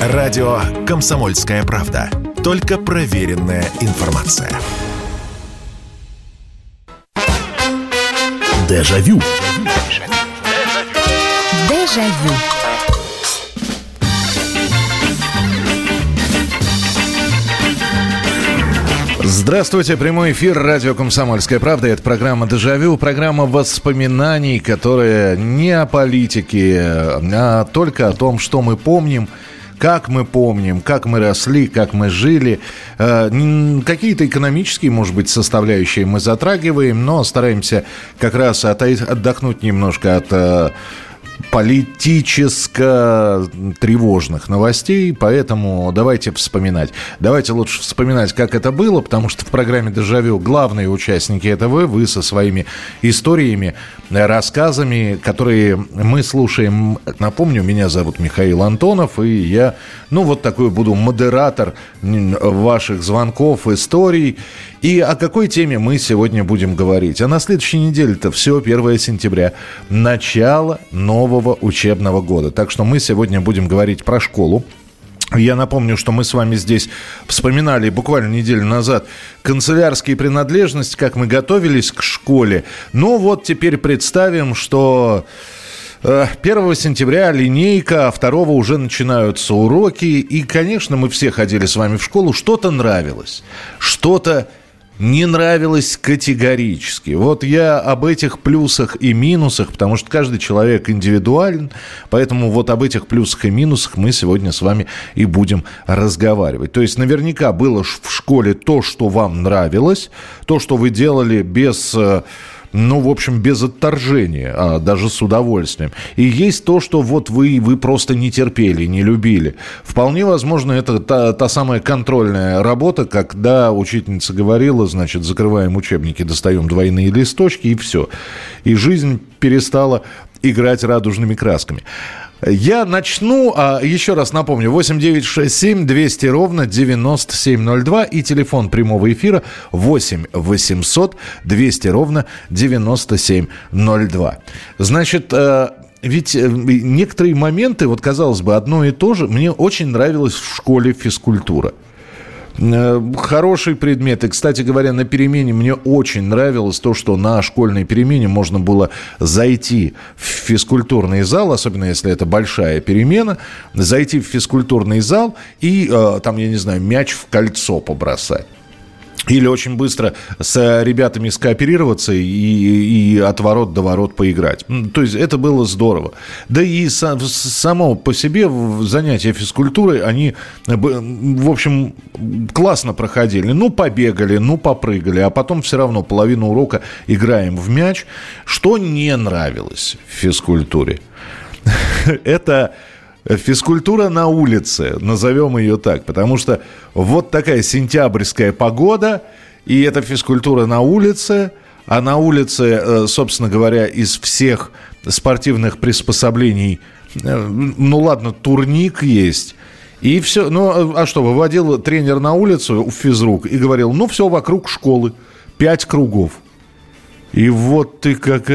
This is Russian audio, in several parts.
Радио «Комсомольская правда». Только проверенная информация. Дежавю. Дежавю. Здравствуйте, прямой эфир радио «Комсомольская правда». Это программа «Дежавю», программа воспоминаний, которая не о политике, а только о том, что мы помним, как мы росли, как мы жили. Какие-то экономические, может быть, составляющие мы затрагиваем, но стараемся как раз отдохнуть немножко от политическо-тревожных новостей, поэтому давайте вспоминать. Давайте лучше вспоминать, как это было, потому что в программе «Дежавю» главные участники это вы со своими историями, рассказами, которые мы слушаем. Напомню, меня зовут Михаил Антонов, и я, вот такой буду модератор ваших звонков, историй. И о какой теме мы сегодня будем говорить? А на следующей неделе-то все 1 сентября, начало нового учебного года. Так что мы сегодня будем говорить про школу. Я напомню, что мы с вами здесь вспоминали буквально неделю назад канцелярские принадлежности, как мы готовились к школе. Но вот теперь представим, что 1 сентября линейка, а 2 уже начинаются уроки. И, конечно, мы все ходили с вами в школу. Что-то нравилось, что-то не нравилось категорически. Вот я об этих плюсах и минусах, потому что каждый человек индивидуален, поэтому вот об этих плюсах и минусах мы сегодня с вами и будем разговаривать. То есть наверняка было в школе то, что вам нравилось, то, что вы делали без отторжения, а даже с удовольствием. И есть то, что вот вы просто не терпели, не любили. Вполне возможно, это та самая контрольная работа, когда учительница говорила, значит, закрываем учебники, достаем двойные листочки, и все. И жизнь перестала играть радужными красками. Я начну, еще раз напомню, 8-967-200-97-02 и телефон прямого эфира 8-800-200-97-02. Значит, ведь некоторые моменты, вот казалось бы, одно и то же, мне очень нравилась в школе физкультура. Хороший предмет. И, кстати говоря, на перемене мне очень нравилось то, что на школьной перемене можно было зайти в физкультурный зал, особенно если это большая перемена, зайти в физкультурный зал и там, я не знаю, мяч в кольцо побросать. Или очень быстро с ребятами скооперироваться и от ворот до ворот поиграть. То есть это было здорово. Да и само по себе занятия физкультурой, они, в общем, классно проходили. Побегали, попрыгали, а потом все равно половину урока играем в мяч. Что не нравилось в физкультуре? Это физкультура на улице, назовем ее так, потому что вот такая сентябрьская погода, и это физкультура на улице, а на улице, собственно говоря, из всех спортивных приспособлений, турник есть, и все, выводил тренер на улицу, физрук, и говорил, все вокруг школы, 5 кругов, и вот ты как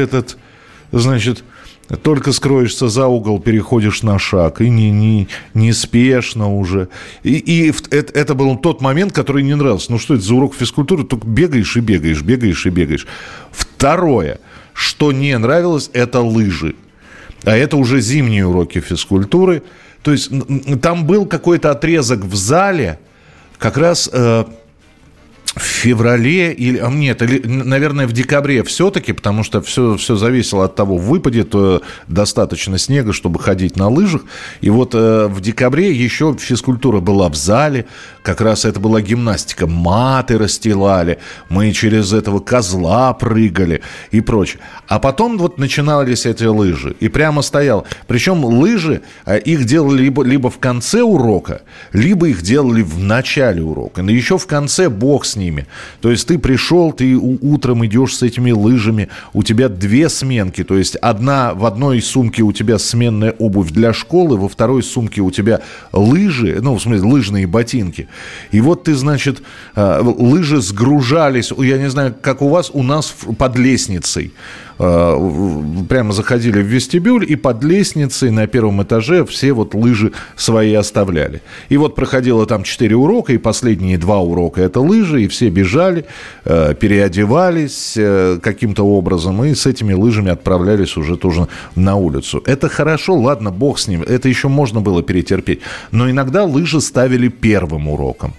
только скроешься за угол, переходишь на шаг, и неспешно уже. И это был тот момент, который не нравился. Что это за урок физкультуры? Только бегаешь и бегаешь, бегаешь и бегаешь. Второе, что не нравилось, это лыжи. А это уже зимние уроки физкультуры. То есть там был какой-то отрезок в зале, как раз в феврале наверное, в декабре все-таки, потому что все зависело от того, выпадет достаточно снега, чтобы ходить на лыжах. И вот в декабре еще физкультура была в зале, как раз это была гимнастика, маты расстилали, мы через этого козла прыгали и прочее. А потом начинались эти лыжи, и прямо стоял. Причем лыжи, их делали либо в конце урока, либо их делали в начале урока. Но еще в конце бог с ними. То есть ты пришел, ты утром идешь с этими лыжами, у тебя 2 сменки, то есть в одной сумке у тебя сменная обувь для школы, во второй сумке у тебя лыжи, в смысле лыжные ботинки. И вот ты, значит, лыжи сгружались, я не знаю, как у вас, у нас под лестницей. прямо заходили в вестибюль, и под лестницей на первом этаже все вот лыжи свои оставляли. И вот проходило там 4 урока, и последние 2 урока это лыжи, и все бежали, переодевались каким-то образом, и с этими лыжами отправлялись уже тоже на улицу. Это хорошо, ладно, бог с ним, это еще можно было перетерпеть. Но иногда лыжи ставили первым уроком.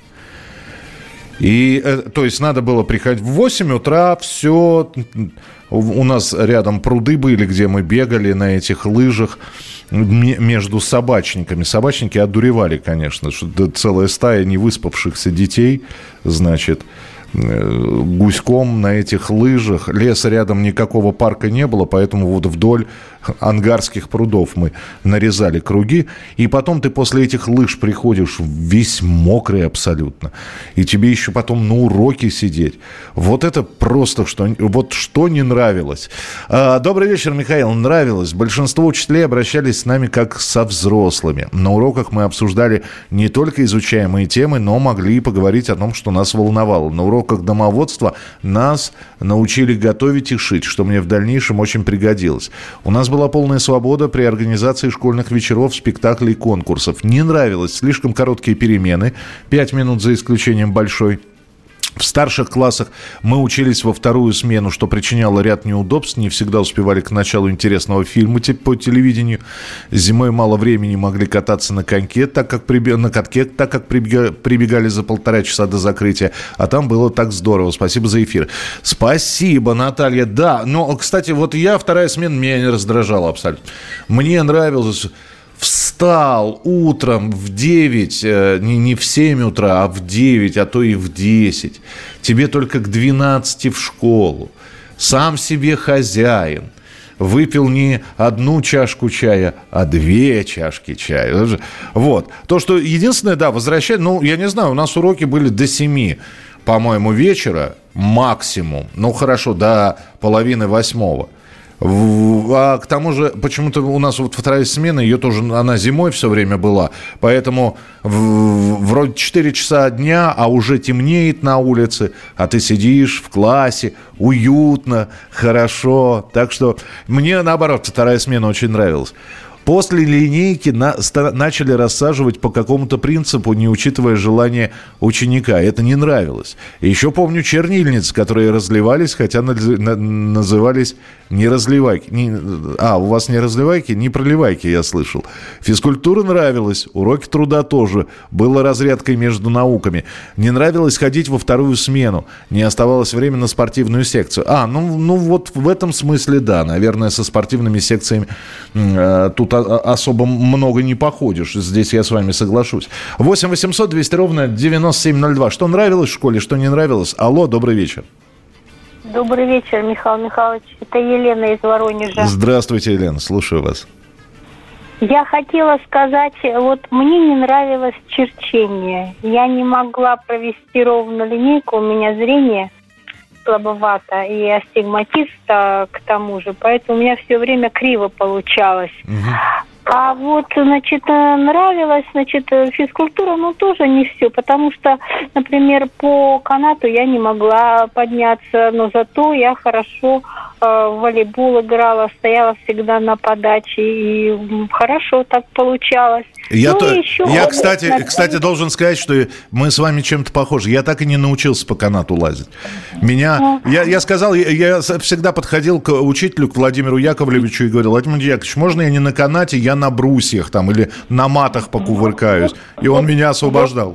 И, то есть, надо было приходить в 8 утра, все. У нас рядом пруды были, где мы бегали на этих лыжах между собачниками. Собачники одуревали, конечно, что целая стая невыспавшихся детей, значит, гуськом на этих лыжах. Леса рядом никакого парка не было, поэтому вот вдоль ангарских прудов мы нарезали круги. И потом ты после этих лыж приходишь весь мокрый абсолютно. И тебе еще потом на уроке сидеть. Вот это просто что не нравилось. Добрый вечер, Михаил. Нравилось. Большинство учителей обращались с нами как со взрослыми. На уроках мы обсуждали не только изучаемые темы, но могли и поговорить о том, что нас волновало. На уроках домоводства нас научили готовить и шить, что мне в дальнейшем очень пригодилось. У нас была полная свобода при организации школьных вечеров, спектаклей и конкурсов. Не нравилось слишком короткие перемены, 5 минут за исключением большой. В старших классах мы учились во вторую смену, что причиняло ряд неудобств. Не всегда успевали к началу интересного фильма по телевидению. Зимой мало времени, могли кататься на коньке, так как прибегали за 1,5 часа до закрытия. А там было так здорово. Спасибо за эфир. Спасибо, Наталья. Да, но, кстати, вот вторая смена меня не раздражала абсолютно. Мне нравилось... Встал утром в 9, не в 7 утра, а в 9, а то и в 10. Тебе только к 12 в школу. Сам себе хозяин. Выпил не 1 чашку чая, а 2 чашки чая. Вот. То, что единственное, да, возвращать, я не знаю, у нас уроки были до 7, по-моему, вечера максимум. Хорошо, до 7:30. А к тому же, почему-то у нас вот вторая смена, ее тоже, она зимой все время была, поэтому вроде 4 часа дня, а уже темнеет на улице, а ты сидишь в классе, уютно, хорошо. Так что мне, наоборот, вторая смена очень нравилась. После линейки начали рассаживать по какому-то принципу, не учитывая желания ученика. Это не нравилось. И еще помню чернильницы, которые разливались, хотя назывались не разливайки. У вас не разливайки, не проливайки, я слышал. Физкультура нравилась, уроки труда тоже. Было разрядкой между науками. Не нравилось ходить во вторую смену. Не оставалось времени на спортивную секцию. Вот в этом смысле, да. Наверное, со спортивными секциями тут особо много не походишь. Здесь я с вами соглашусь. 8 800 200 ровно 9702. Что нравилось в школе, что не нравилось? Алло, добрый вечер. Добрый вечер, Михаил Михайлович. Это Елена из Воронежа. Здравствуйте, Елена, слушаю вас. Я хотела сказать, вот мне не нравилось черчение. Я не могла провести ровно линейку, у меня зрение слабовато и астигматист к тому же, поэтому у меня все время криво получалось. А вот, нравилась, физкультура, тоже не все, потому что, например, по канату я не могла подняться, но зато я хорошо в волейбол играла, стояла всегда на подаче, и хорошо так получалось. Я, кстати, должен сказать, что мы с вами чем-то похожи. Я так и не научился по канату лазить. Я сказал, я всегда подходил к учителю, к Владимиру Яковлевичу, и говорил: Владимир Яковлевич, можно я не на канате, я на брусьях там или на матах покувыркаюсь? И он меня освобождал.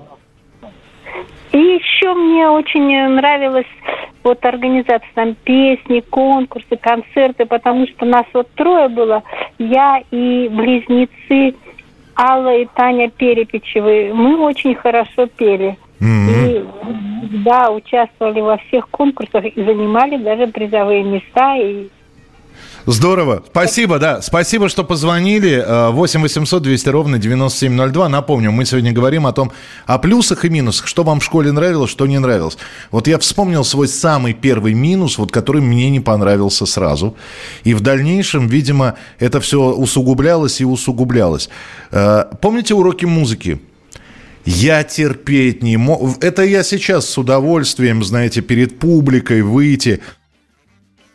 И еще мне очень нравилось организация, там песни, конкурсы, концерты, потому что нас 3 было, я и близнецы Алла и Таня Перепечевы. Мы очень хорошо пели. И, да, участвовали во всех конкурсах и занимали даже призовые места. Здорово. Спасибо, да. Спасибо, что позвонили. 8 800 200 ровно 9702. Напомню, мы сегодня говорим о плюсах и минусах. Что вам в школе нравилось, что не нравилось. Вот я вспомнил свой самый первый минус, который мне не понравился сразу. И в дальнейшем, видимо, это все усугублялось и усугублялось. Помните уроки музыки? Я терпеть не мог. Это я сейчас с удовольствием, знаете, перед публикой выйти.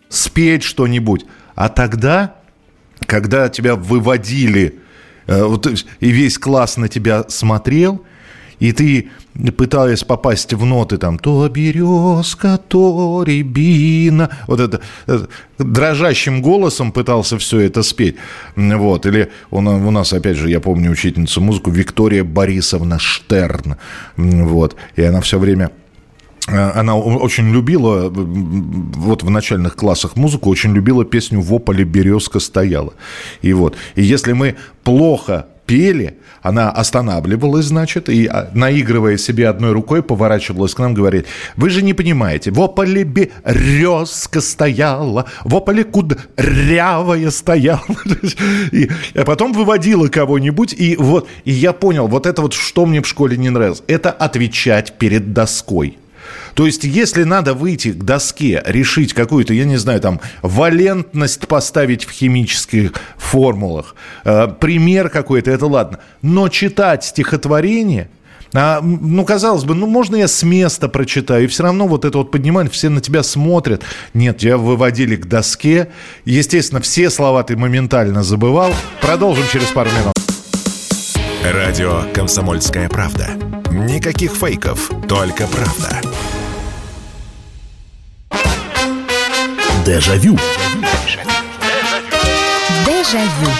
спеть что-нибудь. А тогда, когда тебя выводили, и весь класс на тебя смотрел, и ты, пытаясь попасть в ноты, там, то березка, то рябина, вот это дрожащим голосом пытался все это спеть. Вот. Или у нас, опять же, я помню учительницу музыки Виктория Борисовна Штерн. Вот. И она все время... Она очень любила, вот в начальных классах музыку, очень любила песню «Во поле березка стояла». И если мы плохо пели, она останавливалась, значит, и, наигрывая себе одной рукой, поворачивалась к нам, говорит: вы же не понимаете, во поле березка стояла, во поле кудрявая стояла. А потом выводила кого-нибудь, и я понял, вот это вот, что мне в школе не нравилось, это отвечать перед доской. То есть, если надо выйти к доске, решить какую-то, я не знаю, там, валентность поставить в химических формулах, пример какой-то, это ладно. Но читать стихотворение, казалось бы, можно я с места прочитаю, и все равно вот это вот поднимали, все на тебя смотрят. Нет, тебя выводили к доске. Естественно, все слова ты моментально забывал. Продолжим через пару минут. Радио «Комсомольская правда». Никаких фейков, только правда. Дежавю. Дежавю.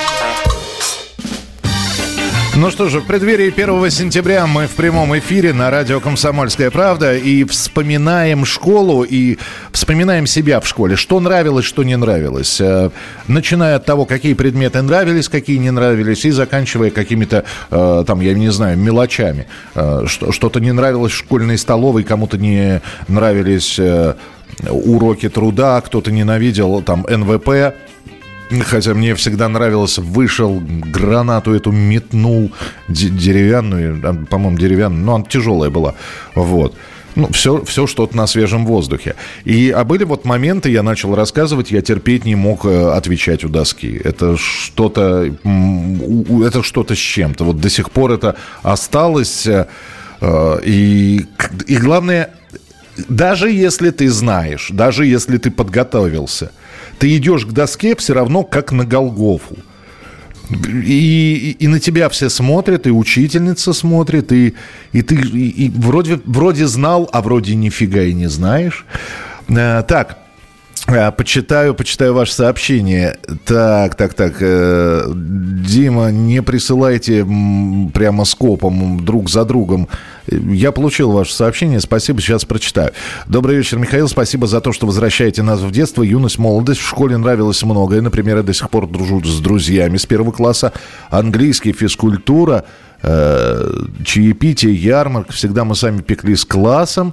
Ну что же, в преддверии 1 сентября мы в прямом эфире на радио «Комсомольская правда» и вспоминаем школу, и вспоминаем себя в школе. Что нравилось, что не нравилось. Начиная от того, какие предметы нравились, какие не нравились, и заканчивая какими-то, я не знаю, мелочами. Что-то не нравилось в школьной столовой, кому-то не нравились уроки труда, кто-то ненавидел там НВП. Хотя мне всегда нравилось, вышел, гранату эту метнул, деревянную, по-моему, деревянную, но она тяжелая была, вот. Все что-то на свежем воздухе. А были вот моменты, я начал рассказывать, я терпеть не мог отвечать у доски. Это что-то с чем-то. Вот до сих пор это осталось. И главное, даже если ты знаешь, даже если ты подготовился, ты идешь к доске все равно как на Голгофу. И на тебя все смотрят, и учительница смотрит, и ты вроде знал, а вроде нифига и не знаешь. Так, почитаю ваше сообщение. Так. Дима, не присылайте прямо скопом друг за другом. Я получил ваше сообщение, спасибо, сейчас прочитаю. Добрый вечер, Михаил, спасибо за то, что возвращаете нас в детство, юность, молодость. В школе нравилось многое, например, я до сих пор дружу с друзьями с первого класса. Английский, физкультура, чаепитие, ярмарка. Всегда мы сами пекли с классом.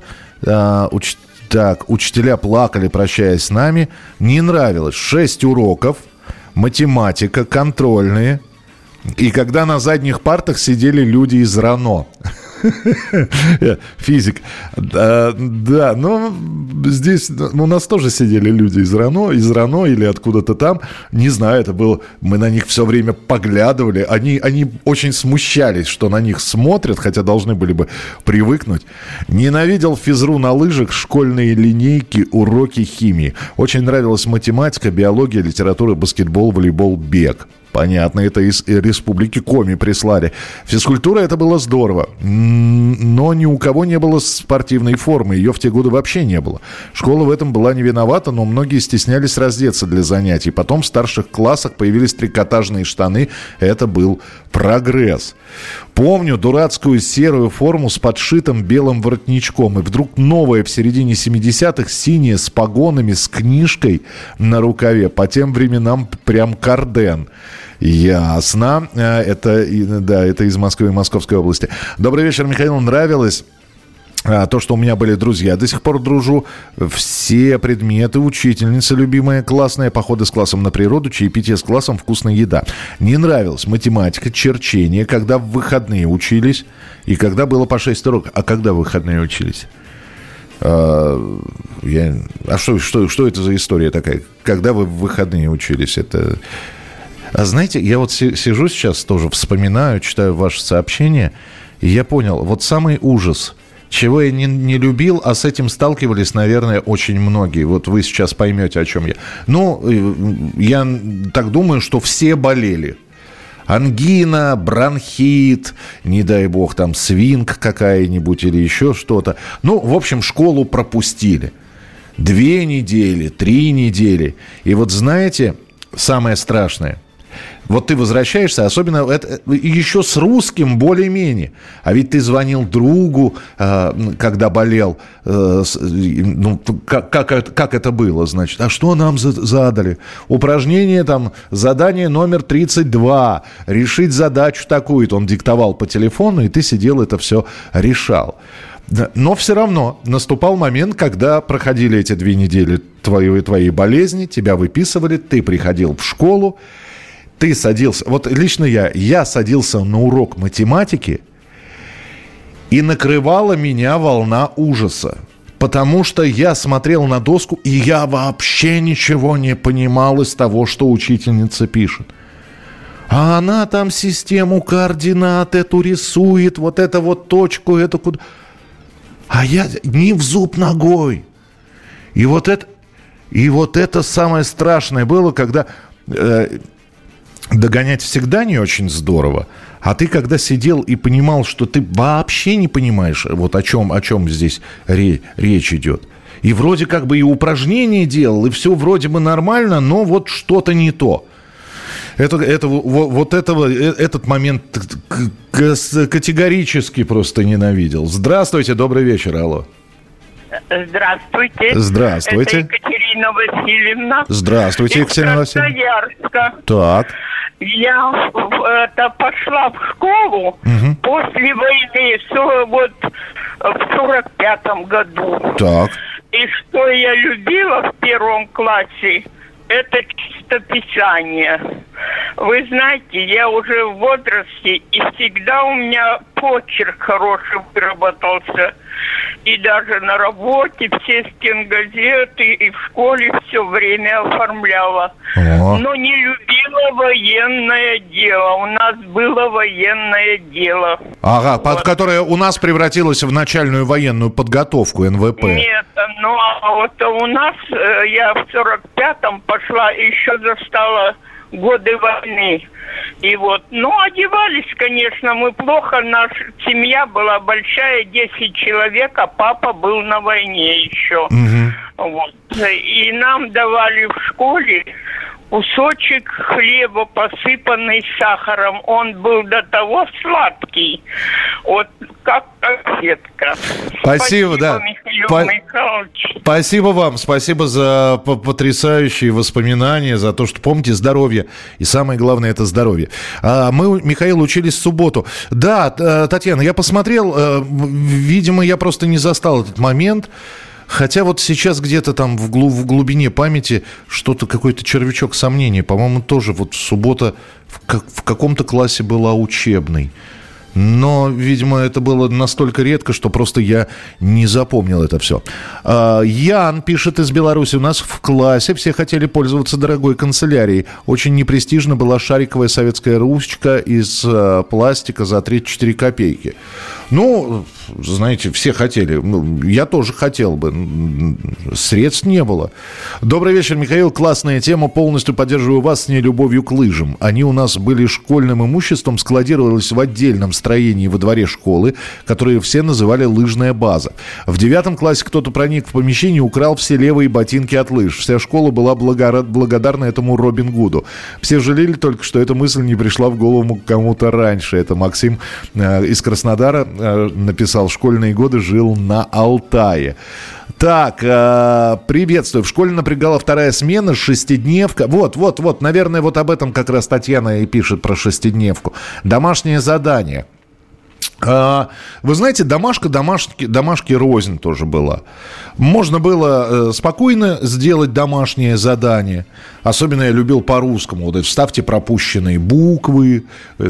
Учителя плакали, прощаясь с нами. Не нравилось. 6 уроков, математика, контрольные. И когда на задних партах сидели люди из РАНО. Физик. Да, но здесь у нас тоже сидели люди из РАНО или откуда-то там. Не знаю, это было... Мы на них все время поглядывали. Они очень смущались, что на них смотрят, хотя должны были бы привыкнуть. Ненавидел физру на лыжах, школьные линейки, уроки химии. Очень нравилась математика, биология, литература, баскетбол, волейбол, бег. Понятно, это из Республики Коми прислали. Физкультура — это было здорово. Но ни у кого не было спортивной формы. Ее в те годы вообще не было. Школа в этом была не виновата, но многие стеснялись раздеться для занятий. Потом в старших классах появились трикотажные штаны. Это был прогресс. Помню дурацкую серую форму с подшитым белым воротничком. И вдруг новая в середине 70-х, синяя, с погонами, с книжкой на рукаве. По тем временам прям Карден. Ясно. Это из Москвы и Московской области. Добрый вечер, Михаил. Нравилось то, что у меня были друзья. До сих пор дружу. Все предметы, учительница любимая, классная, походы с классом на природу, чаепитие с классом, вкусная еда. Не нравилась математика, черчение, когда в выходные учились, и когда было по 6 уроков. А когда в выходные учились? Что это за история такая? Когда вы в выходные учились? Это... А знаете, я вот сижу сейчас тоже, вспоминаю, читаю ваши сообщения, и я понял, вот самый ужас, чего я не любил, а с этим сталкивались, наверное, очень многие. Вот вы сейчас поймете, о чем я. Ну, я так думаю, что все болели. Ангина, бронхит, не дай бог, там свинг какая-нибудь или еще что-то. Ну, в общем, школу пропустили. 2 недели, 3 недели. И вот знаете, самое страшное, вот ты возвращаешься, особенно это, еще с русским более-менее. А ведь ты звонил другу, когда болел. Ну, как это было, значит? А что нам задали? Упражнение, там, задание номер 32. Решить задачу такую-то. Он диктовал по телефону, и ты сидел, это все решал. Но все равно наступал момент, когда проходили эти 2 недели твоей болезни, тебя выписывали, ты приходил в школу, ты садился, вот лично я садился на урок математики, и накрывала меня волна ужаса. Потому что я смотрел на доску, и я вообще ничего не понимал из того, что учительница пишет. А она там систему координат эту рисует, вот это вот точку, эту куда... А я не в зуб ногой. И вот это самое страшное было, когда... Догонять всегда не очень здорово, а ты когда сидел и понимал, что ты вообще не понимаешь, вот о чем здесь речь идет. И вроде как бы и упражнения делал, и все вроде бы нормально, но вот что-то не то. Этот момент категорически просто ненавидел. Здравствуйте, добрый вечер, алло. Здравствуйте. Здравствуйте. Это Екатерина Васильевна. Здравствуйте, Екатерина Васильевна. Из Красноярска. Так. Я пошла в школу после войны, вот в 45-м году. Так. И что я любила в 1 классе, это чистописание. Вы знаете, я уже в возрасте, и всегда у меня почерк хороший выработался. И даже на работе все стенгазеты, и в школе все время оформляла. Но не любила военное дело. У нас было военное дело. Ага, вот. Которое у нас превратилось в начальную военную подготовку, НВП. Нет, ну а вот у нас, я в 45-м пошла, еще застала годы войны. И вот, ну, одевались, конечно, мы плохо. Наша семья была большая, 10 человек, а папа был на войне еще. Вот. И нам давали в школе кусочек хлеба, посыпанный сахаром. Он был до того сладкий, вот как конфетка. Спасибо, да. Михаил Михайлович. Спасибо вам, спасибо за потрясающие воспоминания, за то, что помните здоровье. И самое главное, это здоровье. Мы, Михаил, учились в субботу. Да, Татьяна, я посмотрел, видимо, я просто не застал этот момент. Хотя вот сейчас где-то там в глубине памяти что-то, какой-то червячок сомнений. По-моему, тоже вот суббота в каком-то классе была учебной. Но, видимо, это было настолько редко, что просто я не запомнил это все. Ян пишет из Беларуси. У нас в классе все хотели пользоваться дорогой канцелярией. Очень непрестижно была шариковая советская ручка из пластика за 34 копейки. Ну, знаете, все хотели. Я тоже хотел бы. Средств не было. Добрый вечер, Михаил. Классная тема. Полностью поддерживаю вас с нелюбовью к лыжам. Они у нас были школьным имуществом, складировались в отдельном строении во дворе школы, которые все называли лыжная база. В 9 классе кто-то проник в помещение и украл все левые ботинки от лыж. Вся школа была благодарна этому Робин Гуду. Все жалели только, что эта мысль не пришла в голову кому-то раньше. Это Максим из Краснодара написал: школьные годы жил на Алтае. Так, приветствую. В школе напрягала 2-я смена, шестидневка. Вот, наверное, вот об этом как раз Татьяна и пишет, про шестидневку. Домашнее задание. Вы знаете, домашки рознь тоже была. Можно было спокойно сделать домашнее задание. Особенно я любил по-русскому. Вот вставьте пропущенные буквы,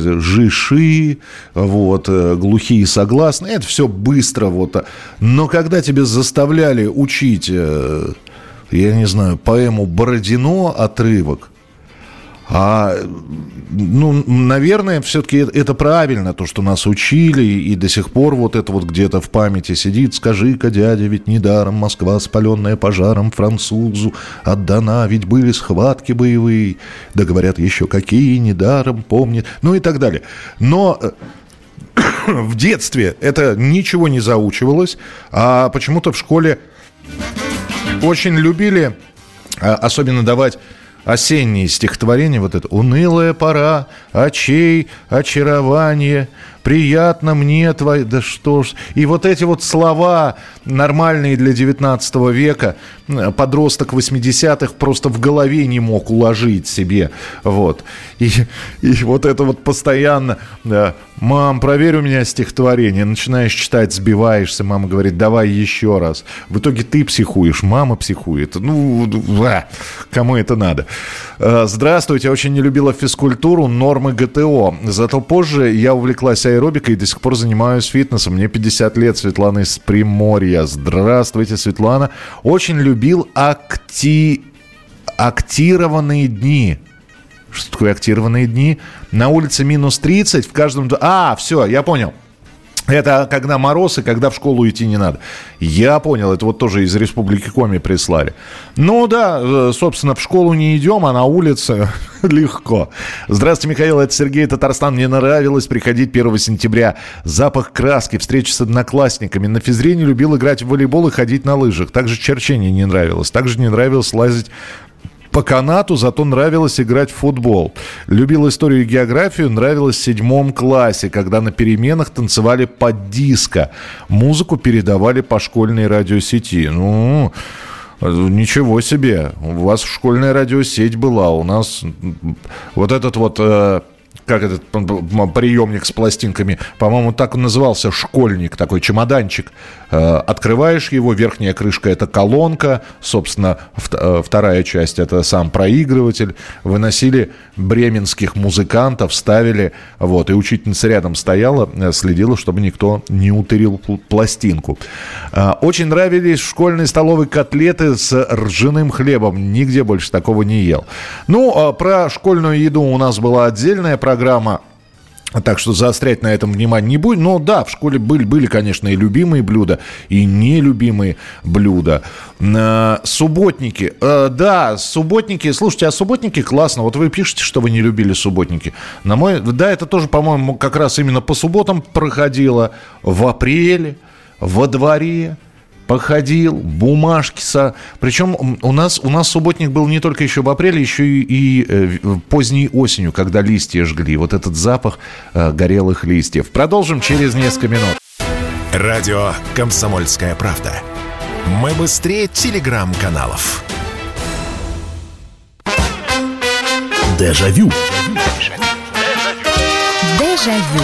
жиши, вот, глухие согласные. Это все быстро. Вот. Но когда тебя заставляли учить, я не знаю, поэму Бородино, отрывок, Наверное, все-таки это правильно, то, что нас учили, и до сих пор вот это вот где-то в памяти сидит. Скажи-ка, дядя, ведь недаром Москва, спаленная пожаром, французу отдана, ведь были схватки боевые. Да говорят, еще какие, недаром помнят. Ну и так далее. Но в детстве это ничего не заучивалось, а почему-то в школе очень любили, особенно давать осенние стихотворения, вот это «Унылая пора, очей, очарование, приятно мне твои...» Да что ж... И вот эти вот слова, нормальные для 19 века, подросток 80-х просто в голове не мог уложить себе. Вот. И вот это вот постоянно... «Мам, проверь у меня стихотворение». Начинаешь читать, сбиваешься. Мама говорит: «Давай еще раз». В итоге ты психуешь, мама психует. Кому это надо? Здравствуйте. Очень не любила физкультуру, нормы ГТО. Зато позже я увлеклась аэробикой и до сих пор занимаюсь фитнесом. Мне 50 лет. Светлана из Приморья. Здравствуйте, Светлана. Очень любил актированные дни. Что такое актированные дни? На улице минус 30, в каждом... все, я понял. Это когда мороз и когда в школу идти не надо. Я понял, это вот тоже из Республики Коми прислали. Ну да, собственно, в школу не идем, а на улице легко. Здравствуйте, Михаил, это Сергей, Татарстан. Мне нравилось приходить 1 сентября. Запах краски, встречи с одноклассниками. На физре не любил играть в волейбол и ходить на лыжах. Также черчение не нравилось. Также не нравилось лазить по канату, зато нравилось играть в футбол. Любил историю и географию, нравилось в 7 классе, когда на переменах танцевали под диско. Музыку передавали по школьной радиосети. Ничего себе. У вас школьная радиосеть была, у нас вот этот вот... как этот приемник с пластинками, по-моему, так он назывался, школьник, такой чемоданчик. Открываешь его, верхняя крышка – это колонка, собственно, вторая часть – это сам проигрыватель. Выносили бременских музыкантов, ставили, вот, и учительница рядом стояла, следила, чтобы никто не утырил пластинку. Очень нравились в школьной столовой котлеты с ржаным хлебом. Нигде больше такого не ел. Про школьную еду у нас была отдельная программа, так что заострять на этом внимание не будет. Но да, в школе были, конечно, и любимые блюда, и нелюбимые блюда. Субботники. Да, субботники. Слушайте, а субботники классно. Вот вы пишете, что вы не любили субботники. Да, это тоже, по-моему, как раз именно по субботам проходило. В апреле, во дворе. Походил, бумажки. Причем у нас субботник был не только еще в апреле, еще и поздней осенью, когда листья жгли. Вот этот запах горелых листьев. Продолжим через несколько минут. Радио «Комсомольская правда». Мы быстрее телеграм-каналов. Дежавю. Дежавю.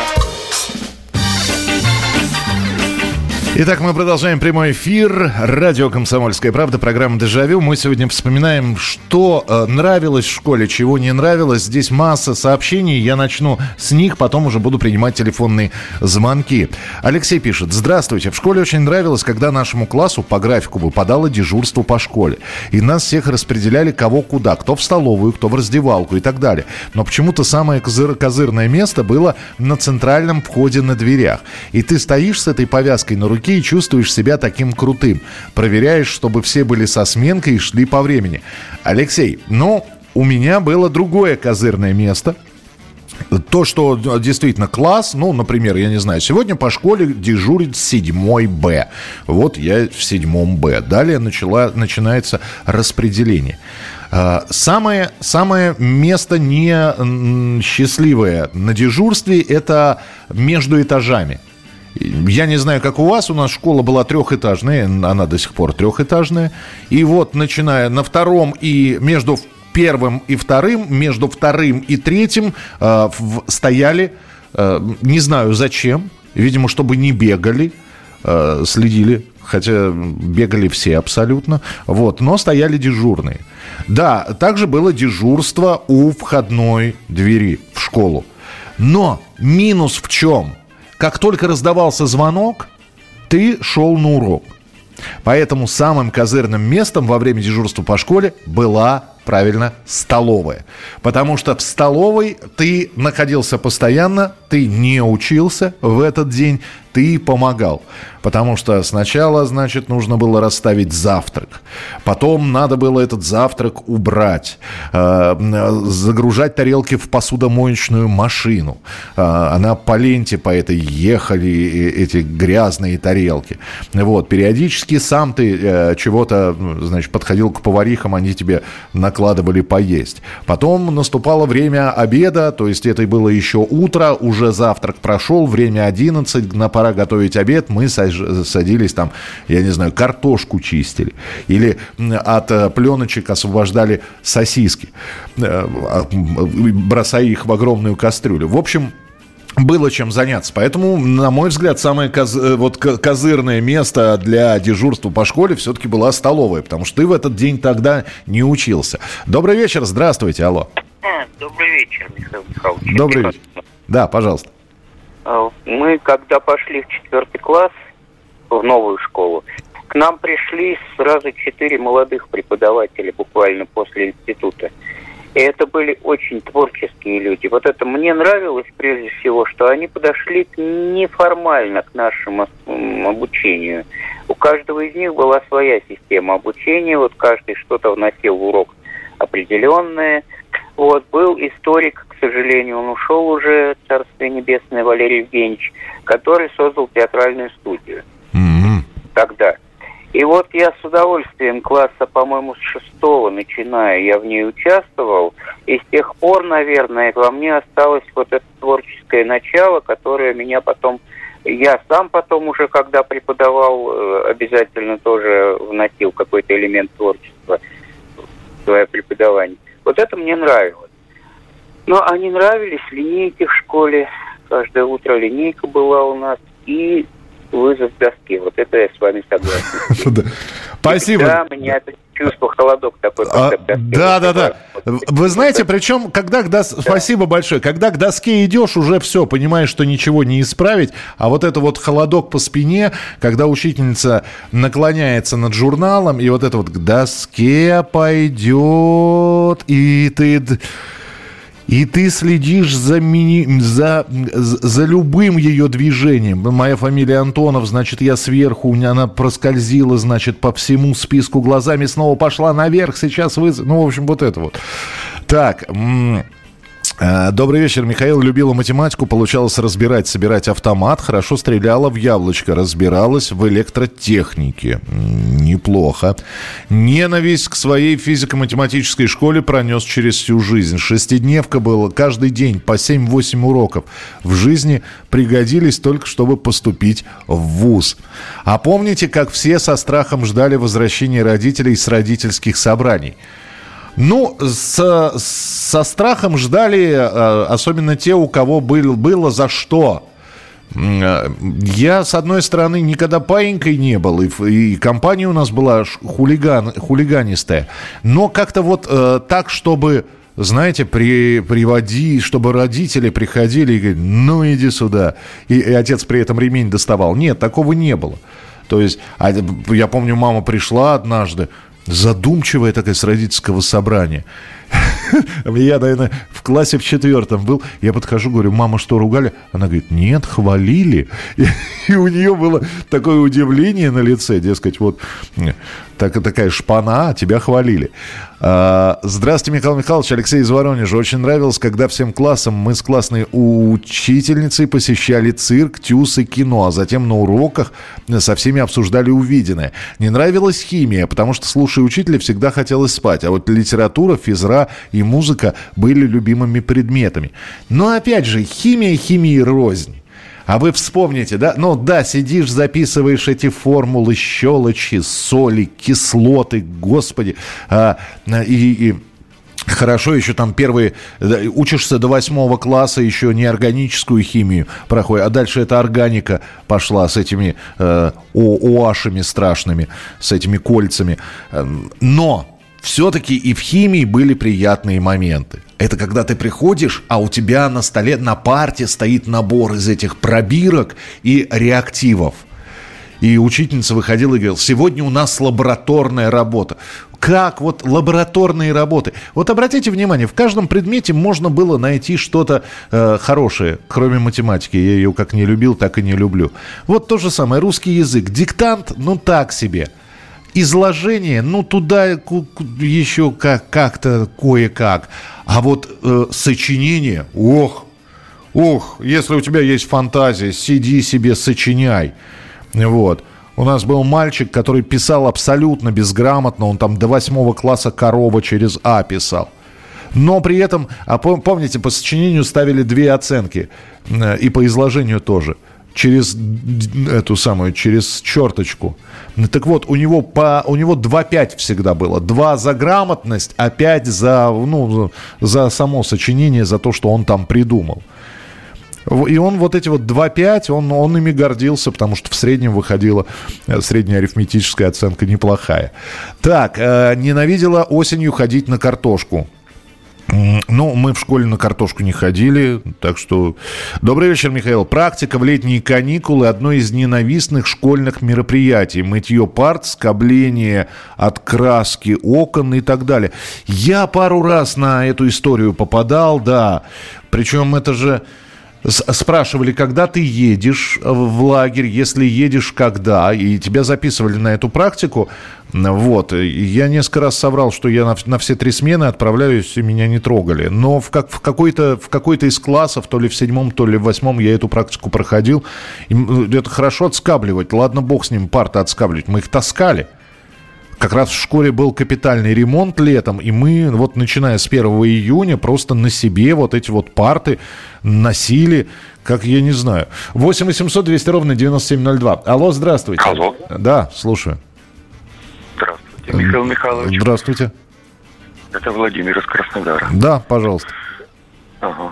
Итак, мы продолжаем прямой эфир. Радио «Комсомольская правда», программа «Дежавю». Мы сегодня вспоминаем, что нравилось в школе, чего не нравилось. Здесь масса сообщений. Я начну с них, потом уже буду принимать телефонные звонки. Алексей пишет: здравствуйте. В школе очень нравилось, когда нашему классу по графику выпадало дежурство по школе. И нас всех распределяли кого куда. Кто в столовую, кто в раздевалку и так далее. Но почему-то самое козырное место было на центральном входе на дверях. И ты стоишь с этой повязкой на руке и чувствуешь себя таким крутым. Проверяешь, чтобы все были со сменкой и шли по времени. Алексей, у меня было другое козырное место. То, что действительно класс, например, я не знаю, сегодня по школе дежурит 7 Б. Вот я в 7 Б. Далее начинается распределение. Самое место не счастливое на дежурстве – это между этажами. Я не знаю, как у вас, у нас школа была трехэтажная, она до сих пор трехэтажная. И вот, начиная на втором и между первым и вторым, между вторым и третьим стояли, не знаю зачем, видимо, чтобы не бегали, следили, хотя бегали все абсолютно, вот, но стояли дежурные. Да, также было дежурство у входной двери в школу. Но минус в чем? Как только раздавался звонок, ты шел на урок. Поэтому самым козырным местом во время дежурства по школе была Правильно, столовая. Потому что в столовой ты находился постоянно, ты не учился в этот день, ты помогал. Потому что сначала, значит, нужно было расставить завтрак. Потом надо было этот завтрак убрать. Загружать тарелки в посудомоечную машину. Она по ленте по этой ехали, эти грязные тарелки. Вот. Периодически сам ты чего-то, значит, подходил к поварихам, они тебе накладывали поесть. Потом наступало время обеда, то есть это было еще утро, уже завтрак прошел, время 11, пора готовить обед, мы садились там, я не знаю, картошку чистили. Или от пленочек освобождали сосиски, бросая их в огромную кастрюлю. В общем, было чем заняться. Поэтому, на мой взгляд, самое козырное место для дежурства по школе все-таки была столовая, потому что ты в этот день тогда не учился. Добрый вечер, здравствуйте, алло. Добрый вечер, Михаил Михайлович. Добрый вечер. Да, пожалуйста. Мы, когда пошли в 4 класс, в новую школу, к нам пришли сразу 4 молодых преподавателя буквально после института. И это были очень творческие люди. Вот это мне нравилось прежде всего, что они подошли неформально к нашему обучению. У каждого из них была своя система обучения, вот каждый что-то вносил в урок определенное. Вот, был историк, к сожалению, он ушел уже, царствие небесное, Валерий Евгеньевич, который создал театральную студию тогда. И вот я с удовольствием класса, по-моему, с 6-го начиная, я в ней участвовал, и с тех пор, наверное, во мне осталось вот это творческое начало, которое меня потом, я сам потом уже, когда преподавал, обязательно тоже вносил какой-то элемент творчества в свое преподавание. Вот это мне нравилось. Но они нравились линейки в школе. Каждое утро линейка была у нас. И вызов к доске. Вот это я с вами согласен. Спасибо. Да, у меня это чувство, холодок такой. Да. Вы знаете, причем, спасибо большое, когда к доске идешь, уже все, понимаешь, что ничего не исправить, а вот это вот холодок по спине, когда учительница наклоняется над журналом, и вот это вот к доске пойдет, и ты следишь за любым ее движением. Моя фамилия Антонов, значит, я сверху, она проскользила, значит, по всему списку глазами, снова пошла наверх, сейчас ну, в общем, вот это вот. Так, добрый вечер, Михаил. Любила математику, получалось собирать автомат. Хорошо стреляла в яблочко, разбиралась в электротехнике. Неплохо. Ненависть к своей физико-математической школе пронес через всю жизнь. Шестидневка была каждый день по 7-8 уроков. В жизни пригодились только, чтобы поступить в вуз. А помните, как все со страхом ждали возвращения родителей с родительских собраний? Ну, со страхом ждали, особенно те, у кого было за что. Я, с одной стороны, никогда паинькой не был, и компания у нас была хулиганистая. Но как-то вот так, чтобы, знаете, чтобы родители приходили и говорили, ну иди сюда, и отец при этом ремень доставал. Нет, такого не было. То есть, я помню, мама пришла однажды, задумчивая такая, с родительского собрания. Я, наверное, в классе в 4-м был. Я подхожу, говорю, мама, что, ругали? Она говорит, нет, хвалили. И у нее было такое удивление на лице, дескать, вот такая шпана, тебя хвалили. Здравствуйте, Михаил Михайлович, Алексей из Воронежа. Очень нравилось, когда всем классом мы с классной учительницей посещали цирк, ТЮЗ и кино, а затем на уроках со всеми обсуждали увиденное. Не нравилась химия, потому что, слушая учителя, всегда хотелось спать. А вот литература, физра и музыка были любимыми предметами. Но, опять же, химии рознь. А вы вспомните, да? Ну да, сидишь, записываешь эти формулы, щелочи, соли, кислоты, господи. И хорошо еще там учишься до 8 класса, еще неорганическую химию проходишь, а дальше эта органика пошла с этими OH-ами страшными, с этими кольцами. Но все-таки и в химии были приятные моменты. Это когда ты приходишь, а у тебя на столе, на парте стоит набор из этих пробирок и реактивов. И учительница выходила и говорила: сегодня у нас лабораторная работа. Как вот лабораторные работы? Вот обратите внимание, в каждом предмете можно было найти что-то хорошее, кроме математики. Я ее как не любил, так и не люблю. Вот то же самое. Русский язык. Диктант, ну так себе. Изложение, ну туда еще как-то кое-как. А вот сочинение, ох, если у тебя есть фантазия, сиди себе, сочиняй. Вот. У нас был мальчик, который писал абсолютно безграмотно, он там до 8 класса «корова» через «а» писал. Но при этом, помните, по сочинению ставили 2 оценки, и по изложению тоже. Через через черточку. Так вот, у него 2-5 всегда было. 2 за грамотность, а 5 за само сочинение, за то, что он там придумал. И он вот эти вот 2-5, он ими гордился, потому что в среднем выходила средняя арифметическая оценка неплохая. Так, ненавидела осенью ходить на картошку. Ну, мы в школе на картошку не ходили, так что... Добрый вечер, Михаил. Практика в летние каникулы – одно из ненавистных школьных мероприятий. Мытье парт, скобление от краски окон и так далее. Я пару раз на эту историю попадал, да. Причем это же... Спрашивали, когда ты едешь в лагерь, если едешь, когда, и тебя записывали на эту практику. Вот, я несколько раз соврал, что я на все 3 смены отправляюсь, и меня не трогали. Но в какой-то из классов, то ли в 7, то ли в 8, я эту практику проходил. И это хорошо отскабливать, ладно, бог с ним, парты отскабливать, мы их таскали. Как раз в школе был капитальный ремонт летом, и мы, вот начиная с 1 июня, просто на себе вот эти вот парты носили, как я не знаю. 8 800 200 ровно 9702. Алло, здравствуйте. Алло. Да, слушаю. Здравствуйте, Михаил Михайлович. Здравствуйте. Это Владимир из Краснодара. Да, пожалуйста. Ага.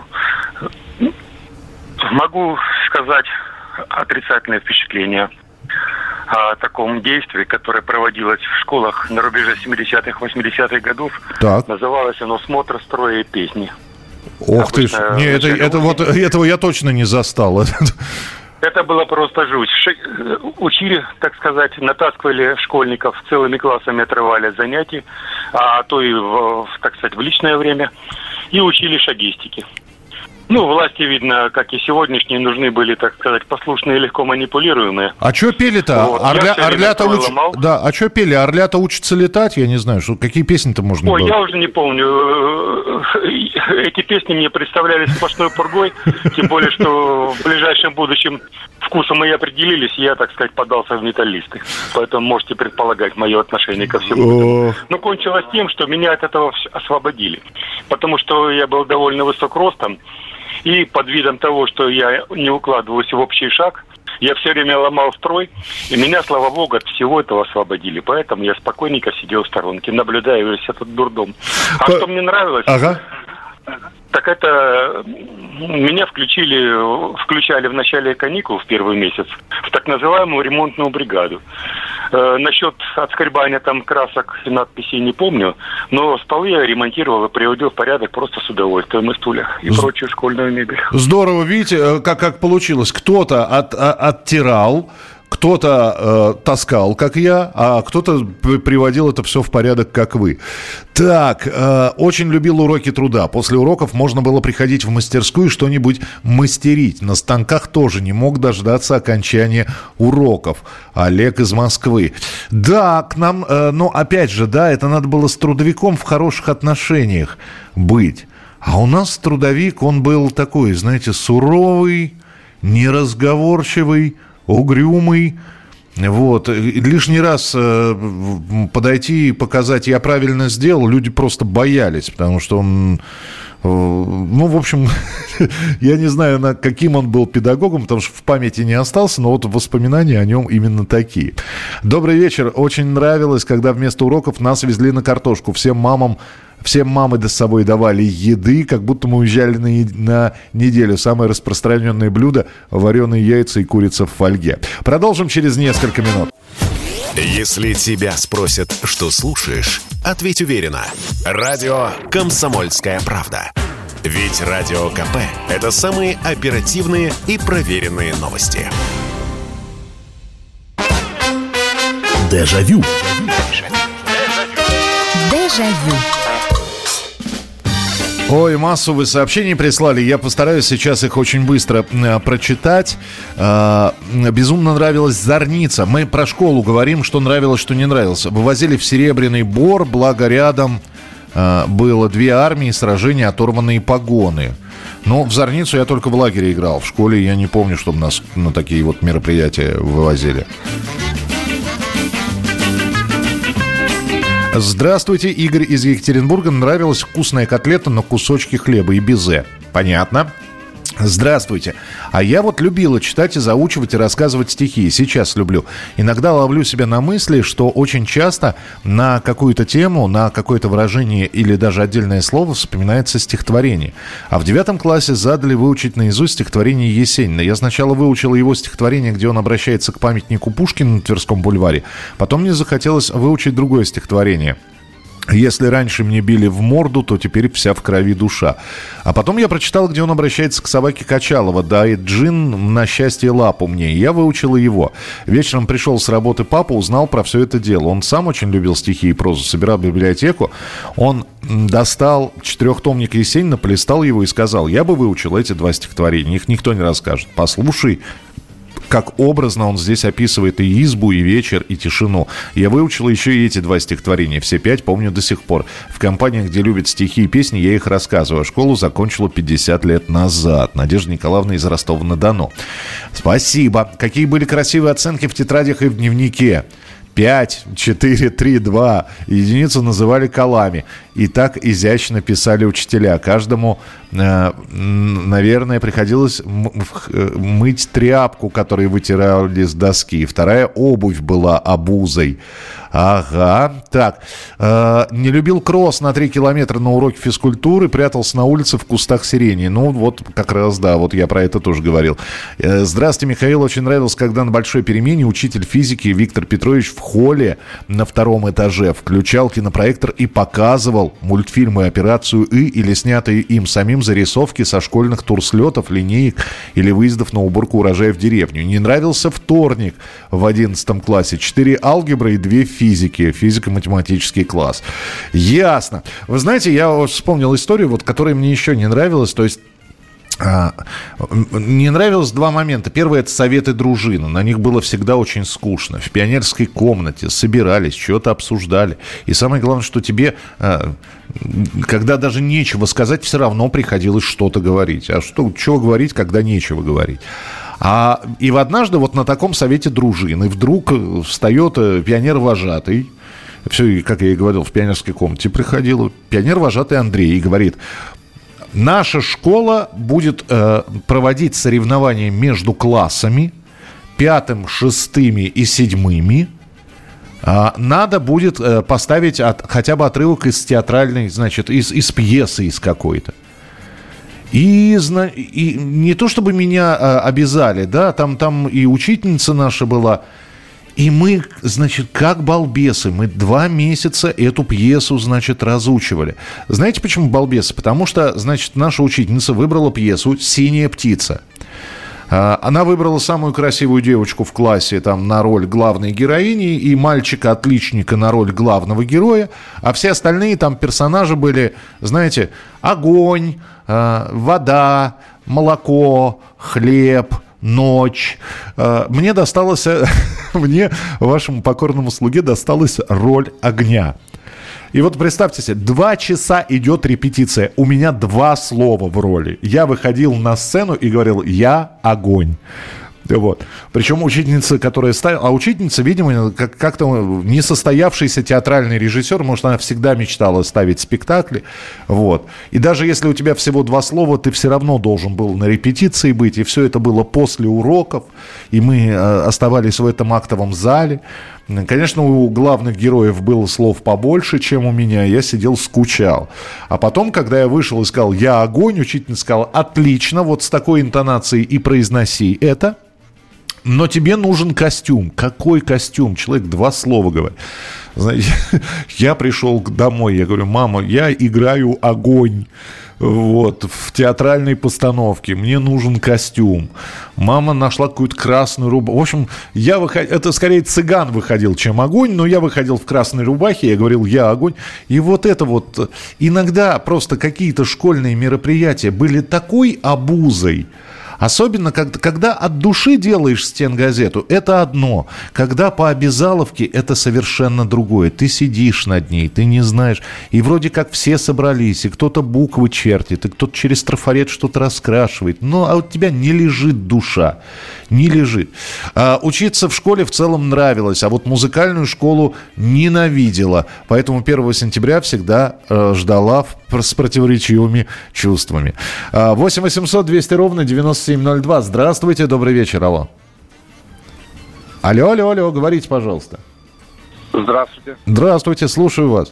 Могу сказать отрицательное впечатление о таком действии, которое проводилось в школах на рубеже 70-х, 80-х годов. Так. Называлось оно «Смотр строя и песни». Ох ты ж, не, этого я точно не застал. Это было просто жуть. Учили, так сказать, натаскивали школьников, целыми классами отрывали от занятий, а то и, так сказать, в личное время, и учили шагистики. Ну, власти, видно, как и сегодняшние, нужны были, так сказать, послушные и легко манипулируемые. А что пели-то? Вот. Орлята Да, а что пели? Орлята учатся летать? Я не знаю, какие песни-то можно было? Ой, я уже не помню. Эти песни мне представлялись сплошной пургой, тем более, что в ближайшем будущем вкусом мы и определились, я, так сказать, подался в металлисты. Поэтому можете предполагать мое отношение ко всему. Но кончилось тем, что меня от этого освободили. Потому что я был довольно высок ростом, и под видом того, что я не укладываюсь в общий шаг, я все время ломал строй, и меня, слава богу, от всего этого освободили. Поэтому я спокойненько сидел в сторонке, наблюдая весь этот дурдом. А что мне нравилось... Ага. Так это меня включали в начале каникул в первый месяц в так называемую ремонтную бригаду. Насчет отскребания там красок и надписей не помню, но столы я ремонтировал и приводил в порядок просто с удовольствием, и стулья, и прочую школьную мебель. Здорово, видите, как получилось. Кто-то оттирал, кто-то таскал, как я, а кто-то приводил это все в порядок, как вы. Так, очень любил уроки труда. После уроков можно было приходить в мастерскую и что-нибудь мастерить. На станках тоже не мог дождаться окончания уроков. Олег из Москвы. Да, к нам, но опять же, да, это надо было с трудовиком в хороших отношениях быть. А у нас трудовик, он был такой, знаете, суровый, неразговорчивый, угрюмый. Вот. И лишний раз подойти и показать, я правильно сделал, люди просто боялись, потому что он... Ну, в общем, я не знаю, каким он был педагогом, потому что в памяти не остался, но вот воспоминания о нем именно такие. Добрый вечер. Очень нравилось, когда вместо уроков нас везли на картошку. Всем мамы с собой давали еды, как будто мы уезжали на неделю. Самое распространенное блюдо – вареные яйца и курица в фольге. Продолжим через несколько минут. Если тебя спросят, что слушаешь, ответь уверенно. Радио «Комсомольская правда». Ведь Радио КП – это самые оперативные и проверенные новости. Дежавю. Дежавю. Ой, массу вы сообщений прислали. Я постараюсь сейчас их очень быстро прочитать. Безумно нравилась зорница. Мы про школу говорим, что нравилось, что не нравилось. Вывозили в Серебряный Бор, благо рядом было 2 армии, сражения, оторванные погоны. Но в зорницу я только в лагере играл. В школе я не помню, чтобы нас на такие вот мероприятия вывозили. Здравствуйте, Игорь из Екатеринбурга. Нравилась вкусная котлета на кусочки хлеба и безе. Понятно. Здравствуйте. А я вот любила читать и заучивать, и рассказывать стихи. Сейчас люблю. Иногда ловлю себя на мысли, что очень часто на какую-то тему, на какое-то выражение или даже отдельное слово вспоминается стихотворение. А в 9 классе задали выучить наизусть стихотворение Есенина. Я сначала выучил его стихотворение, где он обращается к памятнику Пушкина на Тверском бульваре. Потом мне захотелось выучить другое стихотворение. «Если раньше мне били в морду, то теперь вся в крови душа». А потом я прочитал, где он обращается к собаке Качалова. «Дай джин на счастье лапу мне». И я выучил его. Вечером пришел с работы папа, узнал про все это дело. Он сам очень любил стихи и прозу, собирал библиотеку. Он достал 4-томник Есенина, полистал его и сказал: «Я бы выучил эти 2 стихотворения, их никто не расскажет. Послушай, как образно он здесь описывает и избу, и вечер, и тишину. Я выучил еще и эти 2 стихотворения. Все 5 помню до сих пор. В компаниях, где любят стихи и песни, я их рассказываю. Школу закончила 50 лет назад». Надежда Николаевна из Ростова-на-Дону. Спасибо. Какие были красивые оценки в тетрадях и в дневнике. 5, 4, 3, 2. Единицу называли колами. И так изящно писали учителя. Каждому, наверное, приходилось мыть тряпку, которой вытирали с доски. 2-я обувь была обузой. Ага. Так. Не любил кросс на 3 километра на уроке физкультуры. Прятался на улице в кустах сирени. Ну, вот как раз, да, вот я про это тоже говорил. Здравствуйте, Михаил. Очень нравилось, когда на большой перемене учитель физики Виктор Петрович в холле на 2-м этаже включал кинопроектор и показывал мультфильмы «Операцию И» или снятые им самим зарисовки со школьных турслетов, линеек или выездов на уборку урожая в деревню. Не нравился вторник в 11 классе. 4 алгебры и 2 физики. Физико-математический класс. Ясно. Вы знаете, я вот вспомнил историю, вот, которая мне еще не нравилась. То есть не нравилось 2 момента. Первый — это советы дружины. На них было всегда очень скучно. В пионерской комнате собирались, что-то обсуждали. И самое главное, что тебе, когда даже нечего сказать, все равно приходилось что-то говорить. А чего говорить, когда нечего говорить? И однажды вот на таком совете дружины вдруг встает пионер-вожатый. Все, как я и говорил, в пионерской комнате приходил пионер-вожатый Андрей и говорит: «Наша школа будет проводить соревнования между классами 5-м, 6-ми и 7-ми. Надо будет поставить хотя бы отрывок из театральной, значит, из пьесы из какой-то». И не то чтобы меня обязали, да, там и учительница наша была. И мы, значит, как балбесы, мы 2 месяца эту пьесу, значит, разучивали. Знаете, почему балбесы? Потому что, значит, наша учительница выбрала пьесу «Синяя птица». Она выбрала самую красивую девочку в классе там, на роль главной героини и мальчика-отличника на роль главного героя, а все остальные там персонажи были, знаете, огонь, вода, молоко, хлеб, ночь. Мне досталось, вашему покорному слуге досталась роль огня. И вот представьте себе, 2 часа идет репетиция, у меня 2 слова в роли. Я выходил на сцену и говорил: «Я огонь». Вот. Причем учительница, которая ставила... А учительница, видимо, как-то несостоявшийся театральный режиссер, может, она всегда мечтала ставить спектакли. Вот. И даже если у тебя всего 2 слова, ты все равно должен был на репетиции быть. И все это было после уроков. И мы оставались в этом актовом зале. Конечно, у главных героев было слов побольше, чем у меня. Я сидел, скучал. А потом, когда я вышел и сказал: «Я огонь», учительница сказала: «Отлично, вот с такой интонацией и произноси это. Но тебе нужен костюм». Какой костюм? Человек 2 слова говорит. Знаете, я пришел домой, я говорю: «Мама, я играю огонь». Вот, в театральной постановке. Мне нужен костюм. Мама нашла какую-то красную рубаху. В общем, это скорее цыган выходил, чем огонь, но я выходил в красной рубахе, я говорил, я огонь. И вот это вот, иногда просто какие-то школьные мероприятия были такой обузой. Особенно, когда от души делаешь стенгазету, это одно. Когда по обязаловке, это совершенно другое. Ты сидишь над ней, ты не знаешь. И вроде как все собрались, и кто-то буквы чертит, и кто-то через трафарет что-то раскрашивает. Но а у тебя не лежит душа. Не лежит. Учиться в школе в целом нравилось, а вот музыкальную школу ненавидела. Поэтому 1 сентября всегда ждала с противоречивыми чувствами. 8 800 200 ровно 9702. Здравствуйте, добрый вечер, алло. Алло, говорите, пожалуйста. Здравствуйте. Здравствуйте, слушаю вас.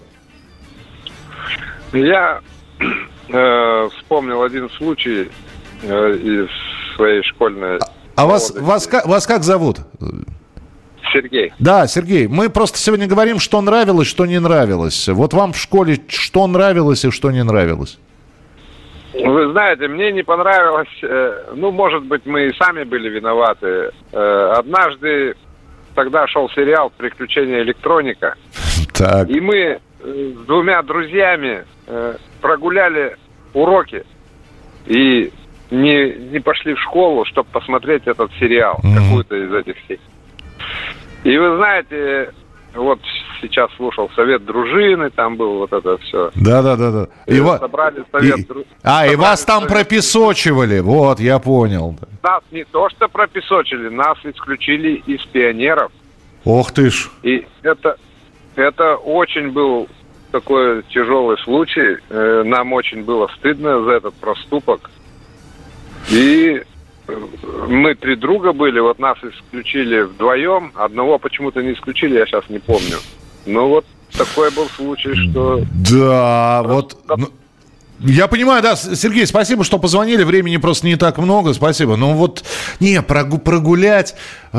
Я вспомнил один случай из своей школьной... А вас как зовут? Сергей. Да, Сергей. Мы просто сегодня говорим, что нравилось, что не нравилось. Вот вам в школе что нравилось и что не нравилось? Вы знаете, мне не понравилось, может быть, мы и сами были виноваты. Однажды тогда шел сериал «Приключения электроника». Так. И мы с двумя друзьями прогуляли уроки и не пошли в школу, чтобы посмотреть этот сериал, какую-то из этих всех. И вы знаете, вот сейчас слушал совет дружины, там был вот это все. Да. Собрали совет дружины. И вас там пропесочивали, вот, я понял. Нас не то что пропесочили, нас исключили из пионеров. Ох ты ж. И это очень был такой тяжелый случай. Нам очень было стыдно за этот проступок. И мы 3 друга были, вот нас исключили вдвоем, одного почему-то не исключили, я сейчас не помню. Но вот такой был случай, что... Да, вот... Я понимаю, да, Сергей, спасибо, что позвонили, времени просто не так много, спасибо. Но вот, прогулять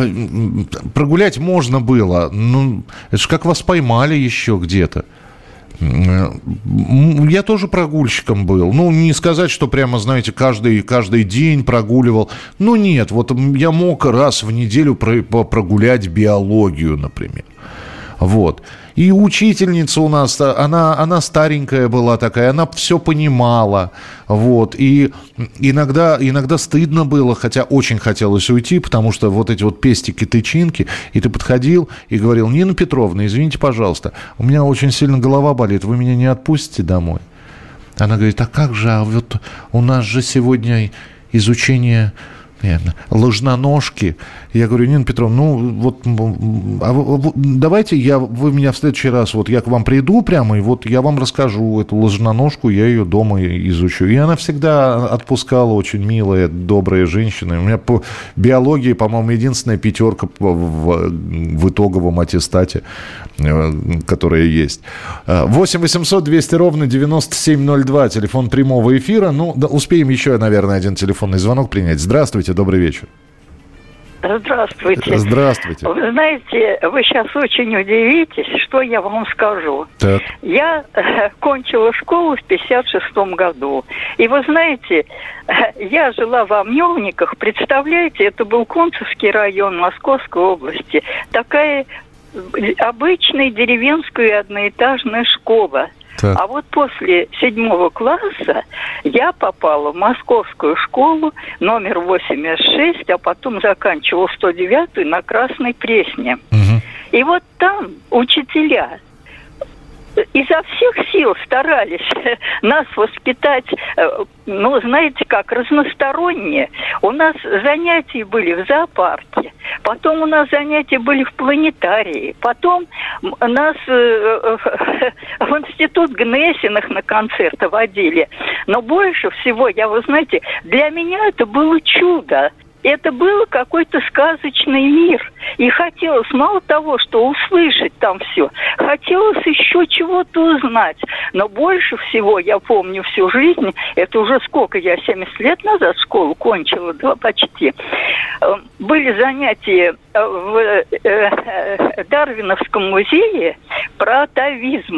можно было, это же как вас поймали еще где-то. Я тоже прогульщиком был. Не сказать, что прямо, знаете, каждый день прогуливал. Нет, вот я мог раз в неделю прогулять биологию, например. Вот. И учительница у нас, она старенькая была такая, она все понимала. Вот. И иногда стыдно было, хотя очень хотелось уйти, потому что вот эти вот пестики, тычинки, и ты подходил и говорил: Нина Петровна, извините, пожалуйста, у меня очень сильно голова болит, вы меня не отпустите домой? Она говорит: а как же, а вот у нас же сегодня изучение... ложноножки. Я говорю: Нина Петровна, давайте вы меня в следующий раз, вот я к вам приду прямо, и вот я вам расскажу эту ложноножку, я ее дома изучу. И она всегда отпускала, очень милая, добрая женщина. У меня по биологии, по-моему, единственная 5 в итоговом аттестате, которая есть. 8 800 200 ровно 9702, телефон прямого эфира. Успеем еще, наверное, один телефонный звонок принять. Здравствуйте. Добрый вечер. Здравствуйте. Здравствуйте. Вы знаете, вы сейчас очень удивитесь, что я вам скажу. Так. Я кончила школу в 1956 году. И вы знаете, я жила в Амневниках. Представляете, это был Кунцевский район Московской области. Такая обычная деревенская одноэтажная школа. Так. А вот после 7 класса я попала в московскую школу номер 86, а потом заканчивала 109-ю на Красной Пресне. Угу. И вот там учителя изо всех сил старались нас воспитать, знаете как, разносторонне. У нас занятия были в зоопарке, потом у нас занятия были в планетарии, потом нас в институт Гнесиных на концерты водили. Но больше всего, вы знаете, для меня это было чудо. Это был какой-то сказочный мир. И хотелось мало того, что услышать там все, хотелось еще чего-то узнать. Но больше всего, я помню всю жизнь, это уже сколько, я 70 лет назад школу кончила, почти. Были занятия в Дарвиновском музее про атовизмы.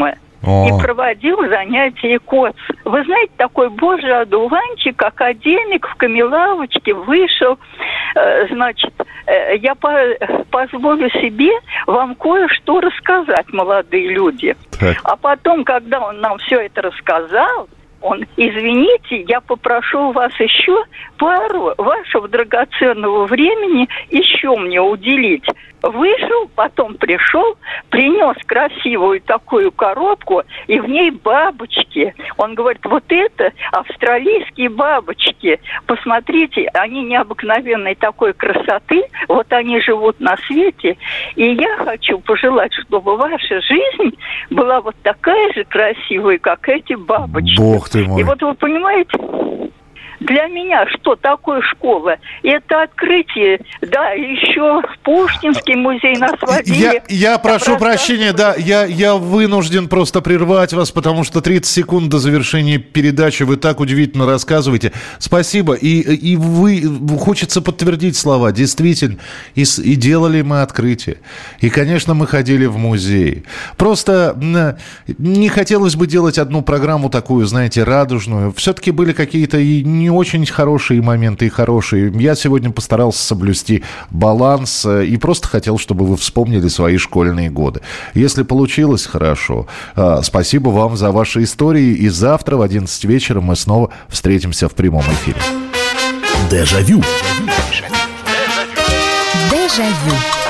и проводил занятия КОЦ. Вы знаете, такой божий одуванчик, академик в камелавочке вышел. Значит, я позволю себе вам кое-что рассказать, молодые люди. Так. А потом, когда он нам все это рассказал, он: извините, я попрошу у вас еще пару вашего драгоценного времени еще мне уделить. Вышел, потом пришел, принес красивую такую коробку, и в ней бабочки. Он говорит: вот это австралийские бабочки. Посмотрите, они необыкновенной такой красоты. Вот они живут на свете. И я хочу пожелать, чтобы ваша жизнь была вот такая же красивая, как эти бабочки. Бог ты мой. И вот вы понимаете... Для меня что такое школа? Это открытие, да, еще в Пушкинский музей нас водили. Я прошу прощения, да, я вынужден просто прервать вас, потому что 30 секунд до завершения передачи вы так удивительно рассказываете. Спасибо. И хочется подтвердить слова. Действительно, и делали мы открытие. И, конечно, мы ходили в музей. Просто не хотелось бы делать одну программу такую, знаете, радужную. Все-таки были какие-то и не очень хорошие моменты и хорошие. Я сегодня постарался соблюсти баланс и просто хотел, чтобы вы вспомнили свои школьные годы. Если получилось, хорошо. Спасибо вам за ваши истории. И завтра в 11 вечера мы снова встретимся в прямом эфире. Дежавю. Дежавю.